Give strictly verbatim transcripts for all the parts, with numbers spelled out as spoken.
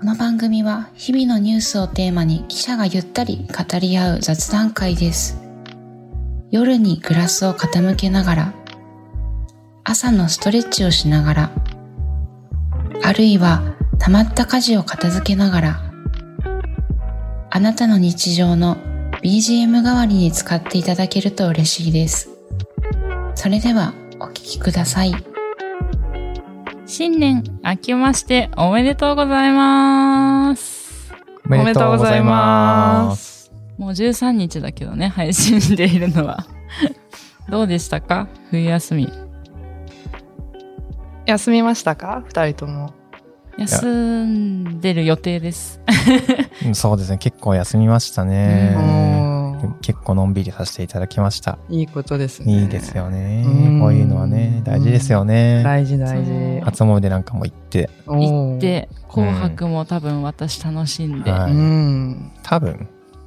この番組は日々のニュースをテーマに記者がゆったり語り合う雑談会です。夜にグラスを傾けながら、朝のストレッチをしながら、あるいは溜まった家事を片付けながら、あなたの日常の ビージーエム 代わりに使っていただけると嬉しいです。それではお聞きください。 新年明けましておめでとうございます。 おめでとうございます。 もうじゅうさんにちだけどね、配信しているのは。どうでしたか？冬休み。 休みましたか？二人とも。 休んでる予定です。 そうですね、結構休みましたね。結構のんびりさせていただきました。 いいことですね。 いいですよね。こういうのはね、大事ですよね。 大事大事。 初詣なんかも行って。 行って、紅白も多分私楽しんで。 うんはい、うん、多分。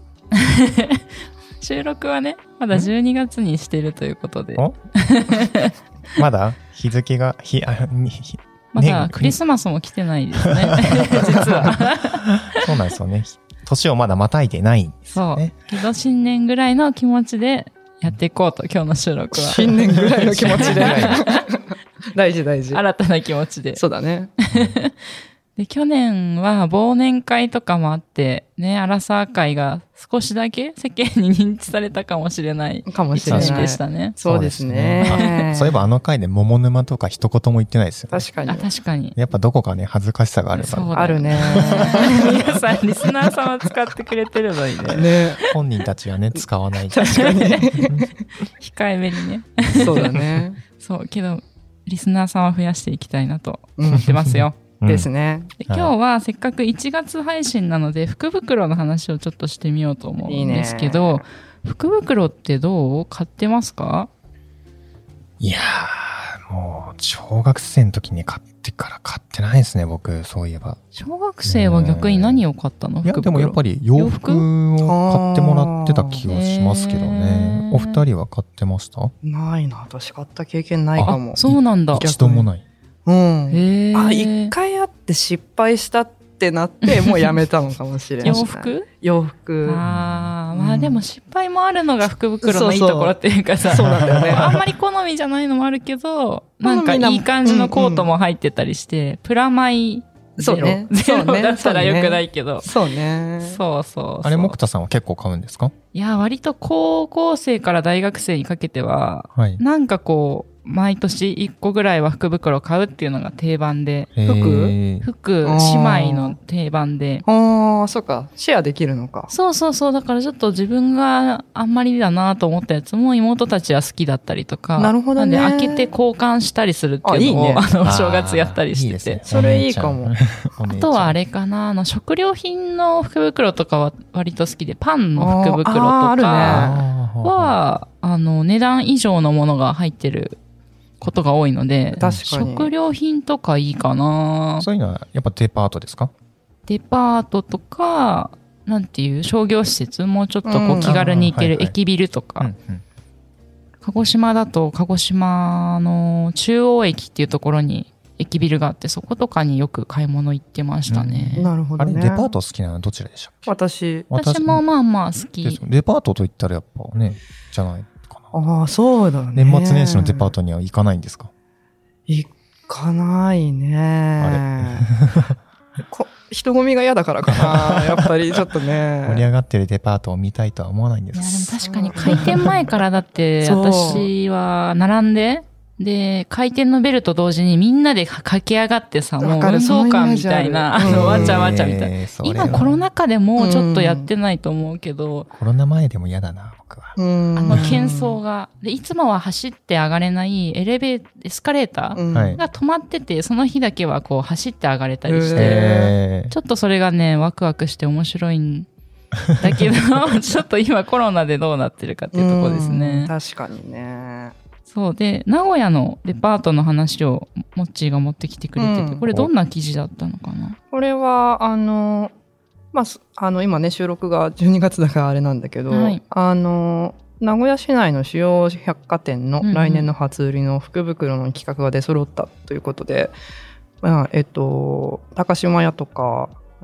収録はね、まだじゅうにがつにしてるということで。 まだ日付が、ひ、あ、ひ、 まだクリスマスも来てないですね。実は。 そうなんですよね。年をまだまたいでないんですよね。 そう。けど新年ぐらいの気持ちでやっていこうと、今日の収録は。 新年ぐらいの気持ちで。大事大事。 新たな気持ちで。 そうだね。 で、去年は忘年会とかもあって、ね、アラサー会が少しだけ世間に認知されたかもしれない。 かもしれない。 一年でしたね。 そうですね。 そういえばあの回で桃沼とか一言も言ってないですよね。 確かに。 あ、確かに。 やっぱどこかね、恥ずかしさがあるから。 そうあるね。 皆さん、リスナーさんは使ってくれてるのにね。 ね。本人たちはね、使わない。 確かに。 控えめにね。 そうだね。 そう、けど、リスナーさんは増やしていきたいなと思ってますよ。 うん、ですね。 で今日はせっかくいちがつ配信なので福袋の話をちょっとしてみようと思うんですけど、いいね、福袋ってどう？買ってますか？ いやー、もう小学生の時に買ってから買ってないですね、僕。そういえば小学生は逆に何を買ったの？ いやでもやっぱり洋服を買ってもらってた気がしますけどね。お二人は買ってました？ ないな、私買った経験ないかも。 あ、そうなんだ。 一度もない。 うん。 へー。 あ、一回あって失敗したってなって、もうやめたのかもしれない。 洋服？ 洋服。 ああ、まあでも失敗もあるのが福袋のいいところっていうかさ。 そうなんだよね。 あんまり好みじゃないのもあるけど、なんかいい感じのコートも入ってたりして、うんうん、プラマイゼロ。 そうね。 ゼロだったらよくないけど。 そうね。 そうそうそう。 あれ、木田さんは結構買うんですか？ いや、割と高校生から大学生にかけては、はい、なんかこう、毎年いっこぐらいは福袋を買うっていうのが定番で。 服服、姉妹の定番で。 ああ、そうか。シェアできるのか。 そうそうそう。だからちょっと自分があんまりだなと思ったやつも妹たちは好きだったりとか。 なるほどね。 なんで開けて交換したりするっていうのを、あ、いいね、あの、正月やったりしてて。いいですね、 それいいかも。 あとはあれかな、あの、食料品の福袋とかは割と好きで、パンの福袋とかは、あの、値段以上のものが入ってることが多いので、 確かに食料品とかいいかな。 そういうのはやっぱデパートですか？ デパートとか、なんていう商業施設、もうちょっとこう気軽に行ける駅ビルとか、鹿児島だと鹿児島の中央駅っていうところに駅ビルがあって、そことかによく買い物行ってましたね。 うん、なるほどね。 あれ、デパート好きなのはどちらでしたっけ？ 私。 私もまあまあ好き。 デパートと言ったらやっぱね、じゃないかな。 ああ、そうだね。 年末年始のデパートには行かないんですか？ 行かないね。あれこ人混みが嫌だからかな。やっぱりちょっとね。 盛り上がってるデパートを見たいとは思わないんです。 いやでも確かに開店前からだって私は並んで、で、開店のベルと同時にみんなで駆け上がってさ、もう運動会みたいな、あの、わちゃわちゃみたいな。今コロナ禍でもうちょっとやってないと思うけど。 コロナ前でも嫌だな、僕は。 あの、喧騒が。で、いつもは走って上がれないエレベー、エスカレーターが止まってて、その日だけはこう走って上がれたりして、ちょっとそれがね、ワクワクして面白いんだけど、ちょっと今コロナでどうなってるかっていうところですね。 確かにね。 そうで、名古屋のデパートの話をモッチーが持ってきてくれてて、うん、これどんな記事だったのかな？ これは、あの、まあ、あの、今ね、収録がじゅうにがつだからあれなんだけど、はい、あの、名古屋市内の主要百貨店の来年の初売りの福袋の企画が出揃ったということで、うんうん、まあ、えっと、高島屋とか、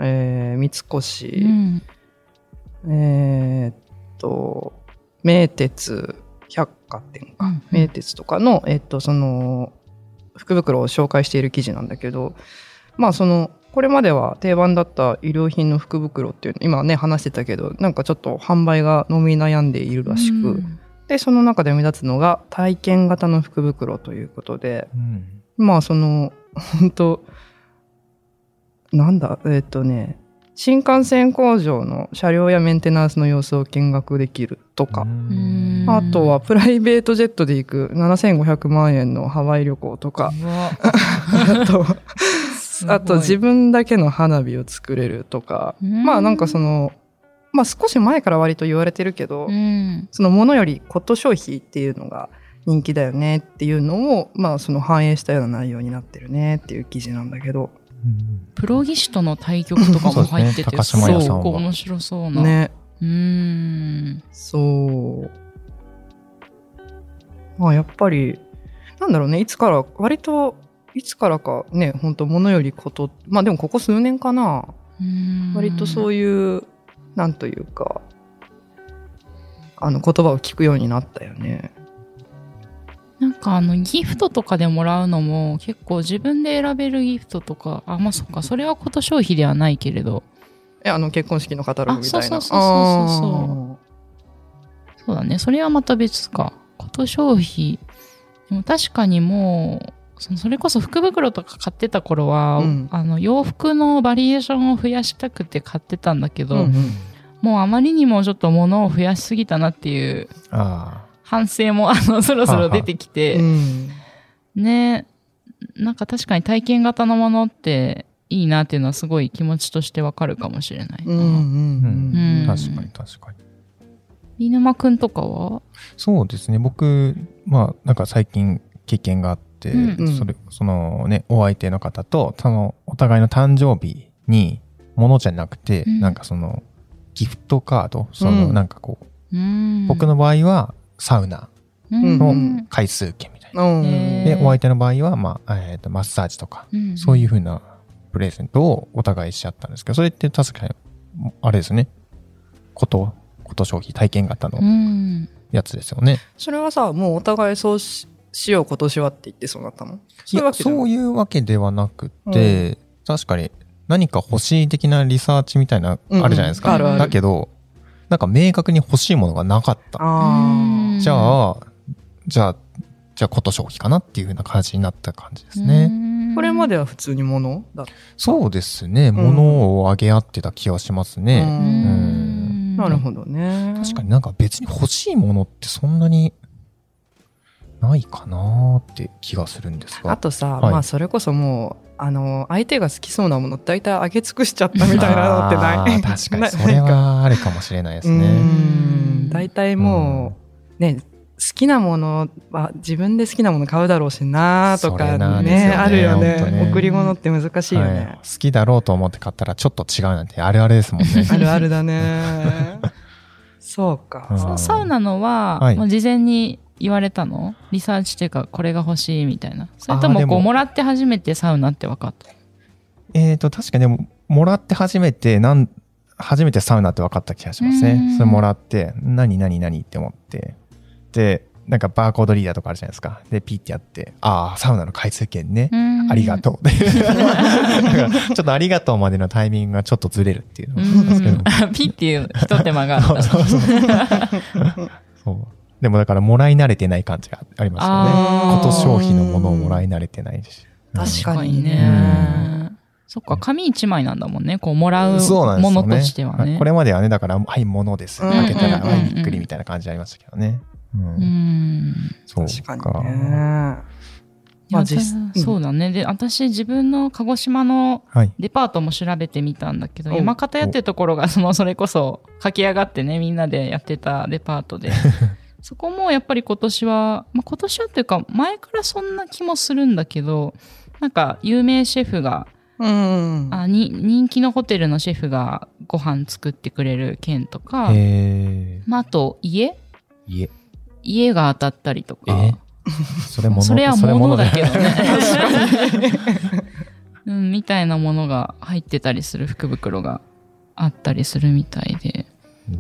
えー、三越、うん、えー、っと名鉄百貨店か、うんうん、名鉄とかの、えー、っとその福袋を紹介している記事なんだけど、まあそのこれまでは定番だった衣料品の福袋っていうの今ね話してたけど、なんかちょっと販売が伸び悩んでいるらしく、うん、でその中で目立つのが体験型の福袋ということで、うん、まあその本当なんだえっとね新幹線工場の車両やメンテナンスの様子を見学できるとか、あとはプライベートジェットで行くななせんごひゃくまんえんのハワイ旅行とかあとあと自分だけの花火を作れるとか、まあなんかそのまあ少し前から割と言われてるけど、その物よりコット消費っていうのが人気だよねっていうのをまあその反映したような内容になってるねっていう記事なんだけど、 プロギシとの対局とかも入ってて、すごく面白そうな。 ね。 うーん。 そう。まあやっぱりなんだろうね、いつから割といつからかね、本当物よりこと、まあでもここ数年かな。うーん、割とそういうなんというかあの言葉を聞くようになったよね。 なんかあのギフトとかでもらうのも結構自分で選べるギフトとか、あ、まあそっか、それはこと消費ではないけれど、 え、あの結婚式のカタログみたいな。 あ、そうそうそうそうそうそう。そうだね、それはまた別か。こと消費でも確かにもうそのそれこそ福袋とか買ってた頃は、うん、あの洋服のバリエーションを増やしたくて買ってたんだけど、うんうん、もうあまりにもちょっと物を増やしすぎたなっていうあ反省もあのそろそろ出てきて、はは、うん、ね、なんか確かに体験型のものっていいなっていうのはすごい気持ちとしてわかるかもしれないな。うんうんうんうん、確かに確かに。 飯沼くんとかは？ そうですね、僕まあなんか最近経験があって、うん、それそのねお相手の方とそのお互いの誕生日に物じゃなくて、うん、なんかそのギフトカード、そのなんかこう、うん、僕の場合はサウナの回数券みたいな、うん、でお相手の場合は、まあえー、とマッサージとか、うん、そういう風なプレゼントをお互いしちゃったんですけど、それって確かにあれですね、ことこと消費体験型のやつですよね、うん、 それはさ、もうお互いそう し, しよう今年はって言ってそうなったの？ そういうわけそういうわけではなくて、うん、確かに何か欲しい的なリサーチみたいな、うん、あるじゃないですか、うん、あるある。だけどなんか明確に欲しいものがなかった。あ、じゃあじゃあじゃあこと消費かなっていう風な感じになった感じですね。 これまでは普通に物だった？ そうですね、物をあげ合ってた気はしますね。うん、うん、 なるほどね。 確かになんか別に欲しいものってそんなにないかなって気がするんですが、 あとさ、はい、まあそれこそもうあの相手が好きそうなもの大体あげ尽くしちゃったみたいなのってない？ 確かにそれはあるかもしれないですね。 うん大体もう、うん、ね、好きなものは自分で好きなもの買うだろうしなとか ね, ねあるよ ね, ね贈り物って難しいよね、はい、 好きだろうと思って買ったらちょっと違うなんてあるあるですもんね。 あるあるだね。そうか。 そのサウナのは、はい、もう事前に言われたの？リサーチっていうかこれが欲しいみたいな、それともこうもらって初めてサウナって分かった？ えーと確かにでももらって初めてなん初めてサウナって分かった気がしますね。それもらって何何何って思って、でなんかバーコードリーダーとかあるじゃないですか。でピッてやって、ああサウナの回数券ね、ありがとう。ちょっとありがとうまでのタイミングがちょっとずれるっていうのなんですけど、 ピッていう一手間があった。そうそうそうそう。でもだからもらい慣れてない感じがありますよね。こと消費のものをもらい慣れてないし。 確かにね。 うん、そっか、紙一枚なんだもんね。こうもらうものとしては ね, ね。 これまではね、だからはい物です。開けたらはいびっくりみたいな感じありましたけどね。うん。うん、そうか。 確かにね。まあ、 そうだね。で、私自分の鹿児島のデパートも調べてみたんだけど、はい、山形屋っていうところがそのそれこそ駆け上がってね、みんなでやってたデパートで。そこもやっぱり今年は、まあ、今年はっていうか前からそんな気もするんだけど、なんか有名シェフが、うん、あに人気のホテルのシェフがご飯作ってくれる券とか、まあ、あと家家家が当たったりとか、 それものそれはものだけどね。 うん、みたいなものが入ってたりする福袋があったりするみたいで、うん、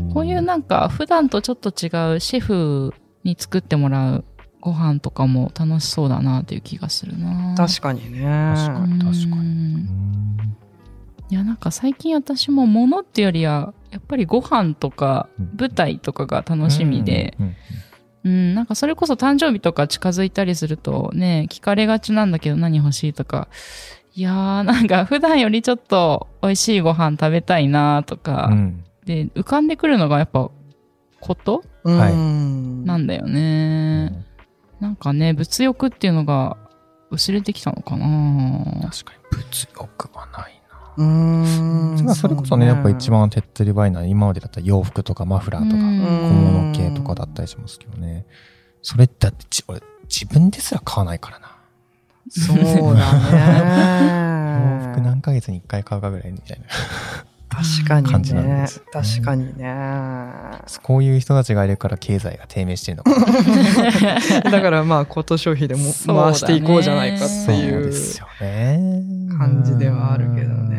こういうなんか普段とちょっと違うシェフに作ってもらうご飯とかも楽しそうだなっていう気がするな。 確かにね。 確かに確かに。 いやなんか最近私も物っていうよりはやっぱりご飯とか舞台とかが楽しみで、うん、うんうん、なんかそれこそ誕生日とか近づいたりするとね、聞かれがちなんだけど何欲しいとか、いやーなんか普段よりちょっと美味しいご飯食べたいなとか、うん、で浮かんでくるのがやっぱことなんだよね、うん、なんかね物欲っていうのが薄れてきたのかな。 確かに物欲はないな。うーん、それこそね、やっぱ一番手っ取り早いのは今までだったら洋服とかマフラーとか小物系とかだったりしますけどね。それだってち俺自分ですら買わないからな。 そうだね。洋服何ヶ月にいっかい買うかぐらいみたいな確かにね。 感じなんです、ね、 確かにね。 こういう人たちがいるから経済が低迷してるのかな。 だからまあコト消費でも回していこうじゃないかっていう感じではあるけどね。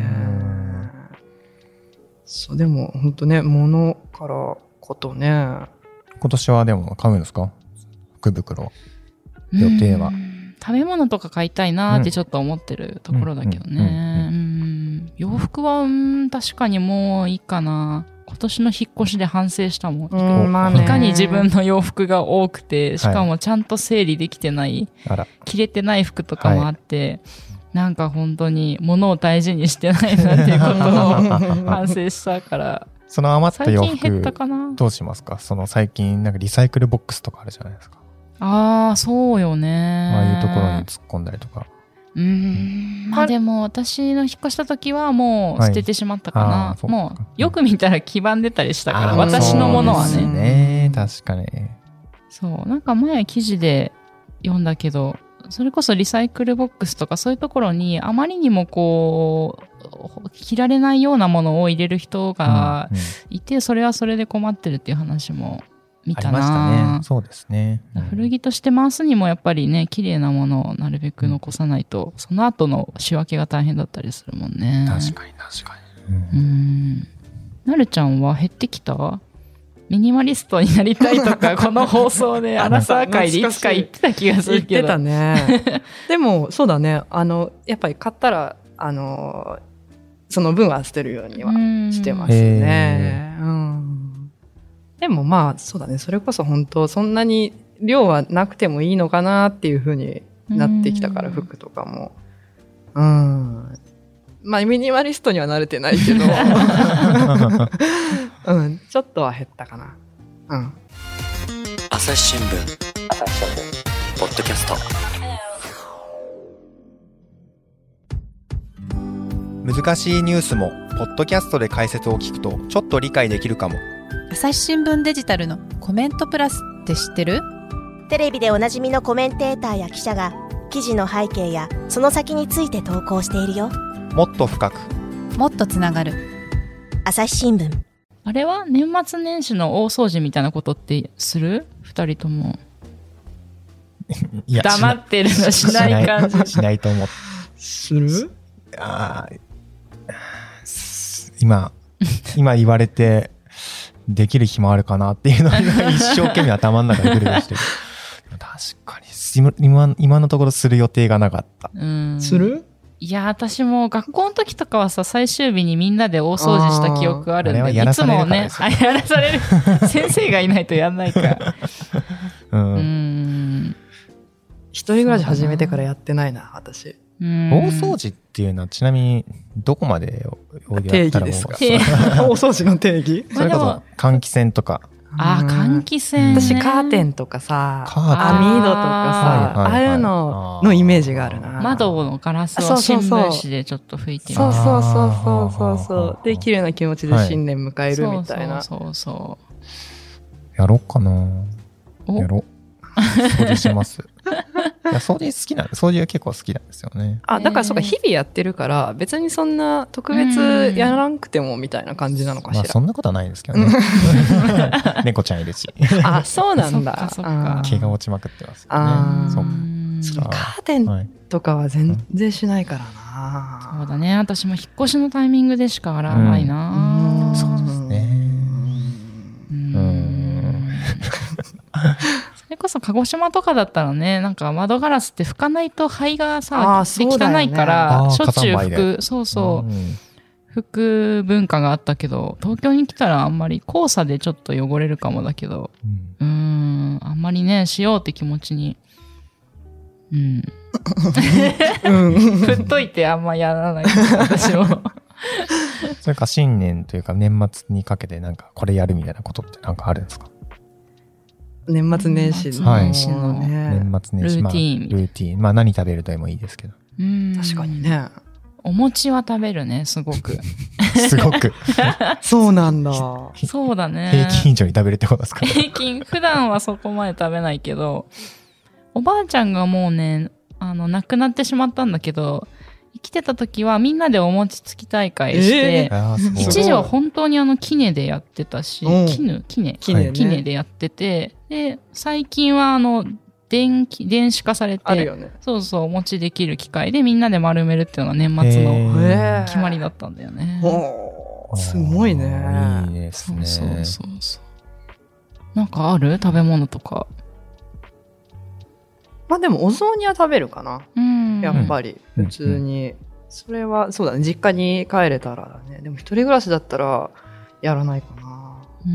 そうでも本当ね、物からことね。 今年はでも買うんですか？福袋予定は。 食べ物とか買いたいなってちょっと思ってるところだけどね。洋服はうん確かにもういいかな。今年の引っ越しで反省したもん。うんまあね、いかに自分の洋服が多くて、しかもちゃんと整理できてない、はい、着れてない服とかもあって、はい、なんか本当に物を大事にしてないなっていうことを反省したから。 その余った洋服どうしますか？その最近なんかリサイクルボックスとかあるじゃないですか。 ああそうよね。 ああいうところに突っ込んだりとか。 うーんまあでも私の引っ越した時はもう捨ててしまったかな、はい、もうよく見たら黄ばんでたりしたから、私のものはね。そうですね、確かに。 そうなんか前記事で読んだけど、それこそリサイクルボックスとかそういうところにあまりにもこう着られないようなものを入れる人がいて、うんうん、それはそれで困ってるっていう話も見たな。ありましたね。 そうですね、 うん、古着として回すにもやっぱりね綺麗なものをなるべく残さないと、うん、その後の仕分けが大変だったりするもんね。 確かに確かに、 うん、うんなるちゃんは減ってきた？ミニマリストになりたいとかこの放送でアラサー会でいつか言ってた気がするけど。 言ってたね。でもそうだね、あのやっぱり買ったらあのその分は捨てるようにはしてますね。うん、でもまあそうだね、それこそ本当そんなに量はなくてもいいのかなっていう風になってきたから、服とかも。うん。まあミニマリストには慣れてないけど、うん、ちょっとは減ったかな。うん。 朝日新聞、朝日新聞、ポッドキャスト。 難しいニュースもポッドキャストで解説を聞くとちょっと理解できるかも。 朝日新聞デジタルのコメントプラスって知ってる？ テレビでおなじみのコメンテーターや記者が記事の背景やその先について投稿しているよ。 もっと深く、 もっとつながる。 朝日新聞。 あれは年末年始の大掃除みたいなことってする？二人とも。いや黙ってるのしない感じ。 しないと思う。 する？ あ今今言われてできる暇あるかなっていうのが一生懸命頭の中でぐるぐるしてる。確かに今今のところする予定がなかった。 うん。 する？ いや私も学校の時とかはさ、最終日にみんなで大掃除した記憶あるんで、いつもね、あやらされる先生がいないとやんないから。 うん。うん一人暮らし始めてからやってないな、私。 うん大掃除っていうのはちなみにどこまでやったらもう定義ですか？大掃除の定義？ それこそ換気扇とか。 ああ、換気扇、ね。 私カーテンとかさ、網戸とかさ、ああいうののイメージがあるな。 窓のガラスを新聞紙でちょっと拭いてみる。 そうそうそうそうそうそう。で、綺麗な気持ちで新年迎えるみたいな。 そうそうそう。 やろうかな。やろう。掃除します。いや掃除好きなんで、掃除は結構好きなんですよね。 あ、だからそうか、日々やってるから別にそんな特別やらなくてもみたいな感じなのかしら。まあそんなことはないですけどね。猫ちゃんいるし。 あ、そうなんだ。 そっかそっか。 毛が落ちまくってますよね。 そっか。そのカーテンとかは全然しないからな。 そうだね。私も引っ越しのタイミングでしか洗わないな。 うん、そうですね。 うん。それこそ鹿児島とかだったらね、なんか窓ガラスって拭かないと灰がさ、で汚いから、ね、しょっちゅう拭く。そうそう。うん拭く文化があったけど、東京に来たらあんまり黄砂でちょっと汚れるかもだけど、うん、うーんあんまりねしようって気持ちに、うん、振っといてあんまやらない私も。 それか新年というか年末にかけてなんかこれやるみたいなことってなんかあるんですか？ 年末年始の、はい、年末年始ルーティーン、 まあ、ルーティーンまあ何食べるとでもいいですけど、 うん確かにね。 お餅は食べるね、すごく。 すごく。 そうなんだ。 そうだね。 平均以上に食べるってことですか？ 平均、普段はそこまで食べないけど、おばあちゃんがもうね、あの、亡くなってしまったんだけど、生きてた時はみんなでお餅つき大会して、えー、一時は本当にあの、キネでやってたし、キヌキネキネ、ね、 キネでやってて、で、最近はあの、電気、電子化されて、 あるよね、 そうそう、お持ちできる機械でみんなで丸めるっていうのが年末の決まりだったんだよね。 おー、すごいね。 いいですね。 そうそうそうそう。なんかある？食べ物とか。 まあでもお雑煮は食べるかな。 うん。 やっぱり、普通に。それは、そうだね。実家に帰れたらだね。でも一人暮らしだったら、やらないかな。 うん。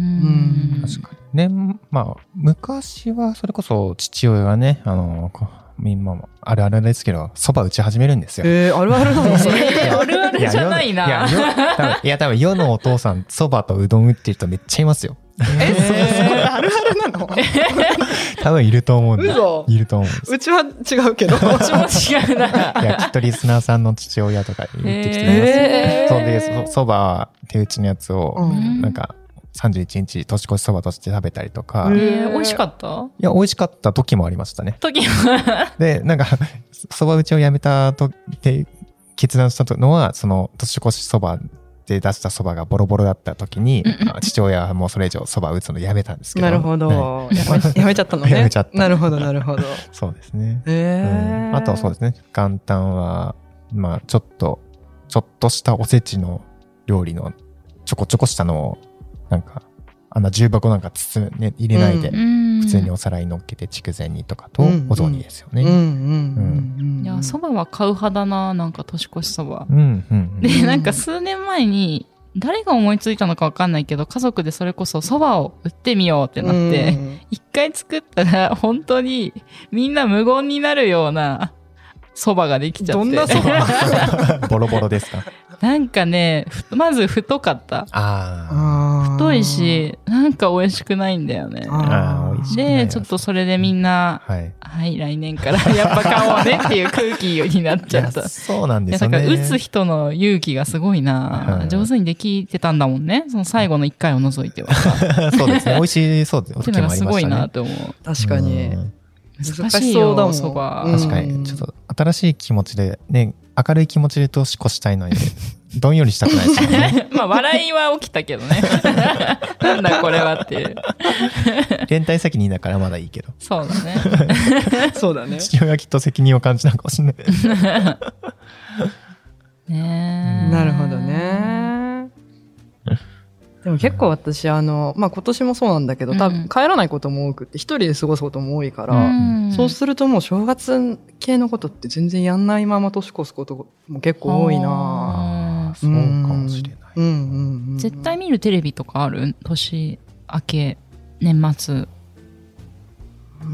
確かに。ね、まあ、昔はそれこそ父親がね、あの、みんなもあるあるですけど、蕎麦打ち始めるんですよ。 えー、あるあるなのそれ。 あるあるじゃないな。 いや、多分いや多分世のお父さん、蕎麦とうどん打ってる人めっちゃいますよ。 え、それあるあるなの？ 多分いると思うんで。 嘘？ いると思うんです。 うちは違うけど。うちも違うな。 いや、きっとリスナーさんの父親とか言ってきてます。えー、そうで、蕎麦手打ちのやつを、うん、なんか、さんじゅういちにち年越しそばとして食べたりとか。 えー、美味しかった？ いや、美味しかった時もありましたね。 時もで、なんか、そば打ちをやめたとって決断したのは、その年越しそばで出したそばがボロボロだった時に、父親はもうそれ以上そば打つのやめたんですけど。 なるほど。はい、や, めやめちゃったのね。 やめちゃった。 なるほど、なるほど。 そうですね。 えーうん、あとはそうですね。元旦は、まあ、ちょっと、ちょっとしたおせちの料理のちょこちょこしたのを、なんか、あの重箱なんか包むね、入れないで、うん、普通にお皿に乗っけて筑前煮とかとお雑煮ですよね。 いや、そばは買う派だな、なんか年越しそば。 うんうんうん、 で、なんか数年前に、誰が思いついたのかわかんないけど、家族でそれこそそばを売ってみようってなって、一回作ったら本当にみんな無言になるようなそばができちゃって。 どんなそば？ ボロボロですか？ なんかね、まず太かった。 あ太いし、なんか美味しくないんだよね。 あで、ちょっとそれでみんな、はい、はい、来年からやっぱ買おうねっていう空気になっちゃった。 そうなんですよね。 だから打つ人の勇気がすごいな、はい、上手にできてたんだもんね。その最後の一回を除いては。 そうですね。美味しいそうです。 っていうのがすごいなと思う。 確かに。 難しいよ、そば。 確かに。ちょっと新しい気持ちでね、明るい気持ちで年越したいのに、どんよりしたくないですよね。 まあ、笑いは起きたけどね。なんだこれはっていう。 連帯責任だからまだいいけど。 そうだね。 そうだね。 父親はきっと責任を感じたかもしれない。 ねえ。 なるほどね。でも結構私、あの、まあ、今年もそうなんだけど、多分帰らないことも多くって、一人で過ごすことも多いから、うん、そうするともう正月系のことって全然やんないまま年越すことも結構多いな。 そうかもしれない。 うんうんうん、 絶対見るテレビとかある？年明け、年末。うー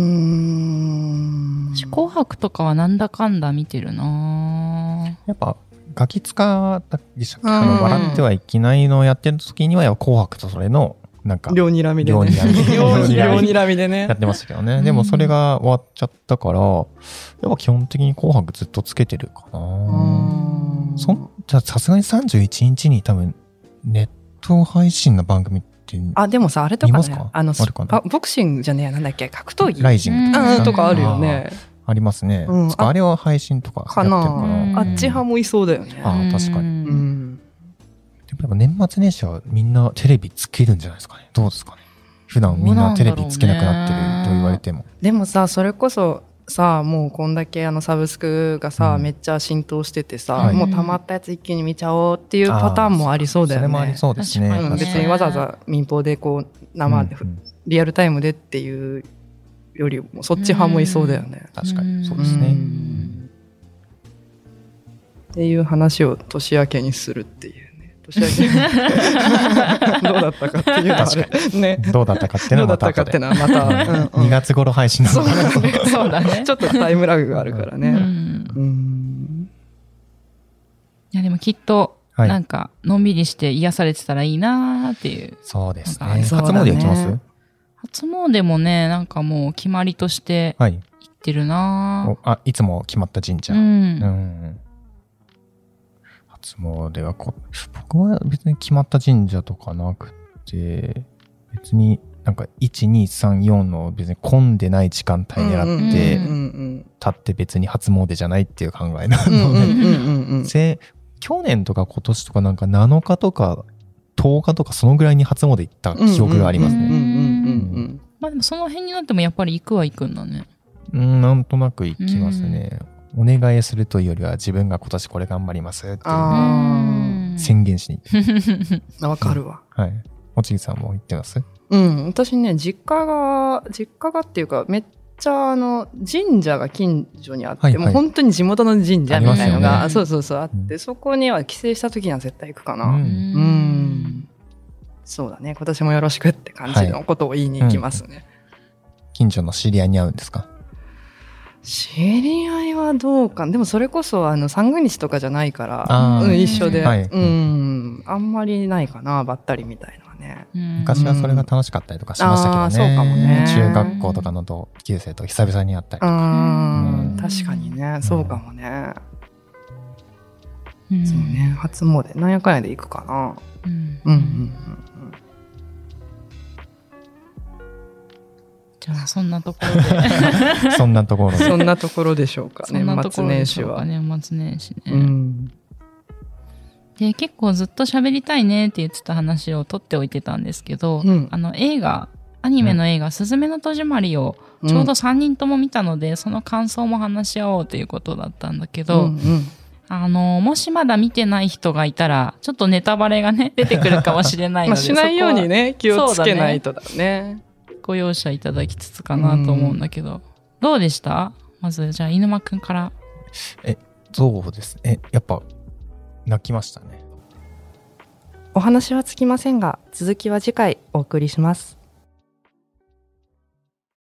ん。 私紅白とかはなんだかんだ見てるな。 やっぱ、ガキ使だっけ、あの笑ってはいけないのをやってる時にはやっぱ紅白とそれのなんか両にらみでね両にらみでねやってましたけどね。でもそれが終わっちゃったからやっぱ基本的に紅白ずっとつけてるかな。そんじゃさすがにさんじゅういちにちに多分ネット配信の番組ってあでもさあれとかねかあのあボクシングじゃねえなんだっけ格闘技ライジングとか、 とかあるよね。 ありますね、うん、あ, あれは配信とかやってるかな。 あっち派もいそうだよね。 ああ確かに、うん、でもやっぱ年末年始はみんなテレビつけるんじゃないですかね。どうですかね。普段みんなテレビつけなくなってると言われても。 でもさそれこそさ、もうこんだけあのサブスクがさ、うん、めっちゃ浸透しててさ、はい、もう溜まったやつ一気に見ちゃおうっていうパターンもありそうだよね。 それもありそうですね。 うん、別にわざわざ民放でこう生で、うん、リアルタイムでっていうよりもそっち派もいそうだよね。 確かにそうですね。 っていう話を年明けにするっていうね。年明けどうだったかっていうのはね。 どうだったかっていうのはまた後で。 どうだったかっていうのはまた、 うんうん、にがつ頃配信なのかな。 そうだね。ちょっとタイムラグがあるからね。うんうん、 いやでもきっとなんかのんびりして癒されてたらいいなーっていう。 そうですね。初詣行きます？ 初詣もね、なんかもう決まりとして行ってるな、 はい、あ、いつも決まった神社。うん。うん、初詣はこ、僕は別に決まった神社とかなくて、別になんかいち、に、さん、よんの別に混んでない時間帯狙って、立って別に初詣じゃないっていう考えなので、去年とか今年とかなんかなのかとかとおかとかそのぐらいに初詣行った記憶がありますね。 まあでもその辺になってもやっぱり行くは行くんだね。 うん、なんとなく行きますね。お願いするというよりは自分が今年これ頑張りますっていう、ね、宣言しに行く。わかるわ。 はい。おちぎさんも行ってます？ うん、私ね、実家が、実家がっていうか、めっちゃあの、神社が近所にあって、はいはい、もう本当に地元の神社みたいなのが、ね、そうそうそうあって、うん、そこには帰省した時には絶対行くかな。うん。うんそうだね。今年もよろしくって感じのことを言いに行きますね。はいうん、 近所の知り合いに会うんですか？ 知り合いはどうか。でもそれこそあの三が日とかじゃないから、うん、一緒で、はい、うん、あんまりないかな、ばったりみたいなのはね。 昔はそれが楽しかったりとかしましたけどね。あ、そうかもね。中学校とかの同級生と久々に会ったりとか。 うん、確かにね、そうかもね。うん、そうね、初詣なんやかんやで行くかな。うん、うん、うん。 じゃあそんなところでそんなところでそんなところでしょうか。年末年始は年末年始ね、うん、で結構ずっと喋りたいねって言ってた話を取っておいてたんですけど、うん、あの映画アニメの映画、うん、すずめの戸締まりをちょうどさんにんとも見たので、うん、その感想も話し合おうということだったんだけど、うんうん、あのもしまだ見てない人がいたらちょっとネタバレがね出てくるかもしれないのでまあしないようにね気をつけないとだね。 ご容赦いただきつつかなと思うんだけど、どうでした？まずじゃあ犬間くんから。 え、そうですね。やっぱ泣きましたね。 お話はつきませんが続きは次回お送りします。